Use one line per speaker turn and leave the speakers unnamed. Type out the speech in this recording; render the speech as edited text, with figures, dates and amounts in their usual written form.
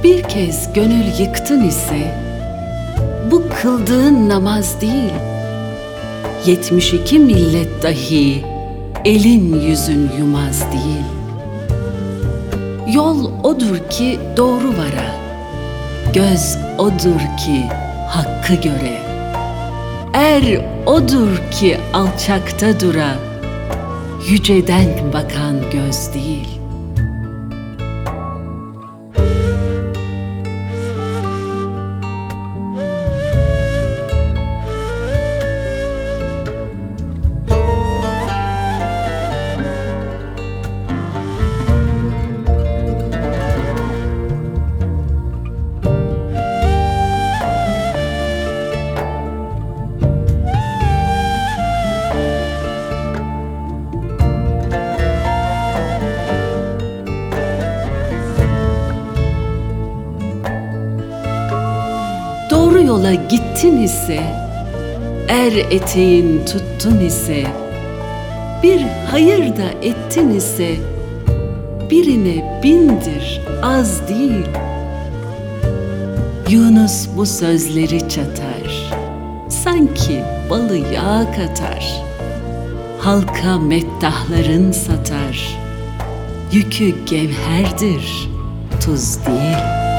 Bir kez gönül yıktın ise, bu kıldığın namaz değil, 72 millet dahi elin yüzün yumaz değil. Yol odur ki doğru vara, göz odur ki hakkı göre, er odur ki alçakta dura, yüceden bakan göz değil. Doğru yola gittin ise, er eteğin tuttun ise, bir hayır da ettin ise, birine bindir az değil. Yunus bu sözleri çatar, sanki balı yağ katar. Halka meddahların satar, yükü gevherdir, tuz değil.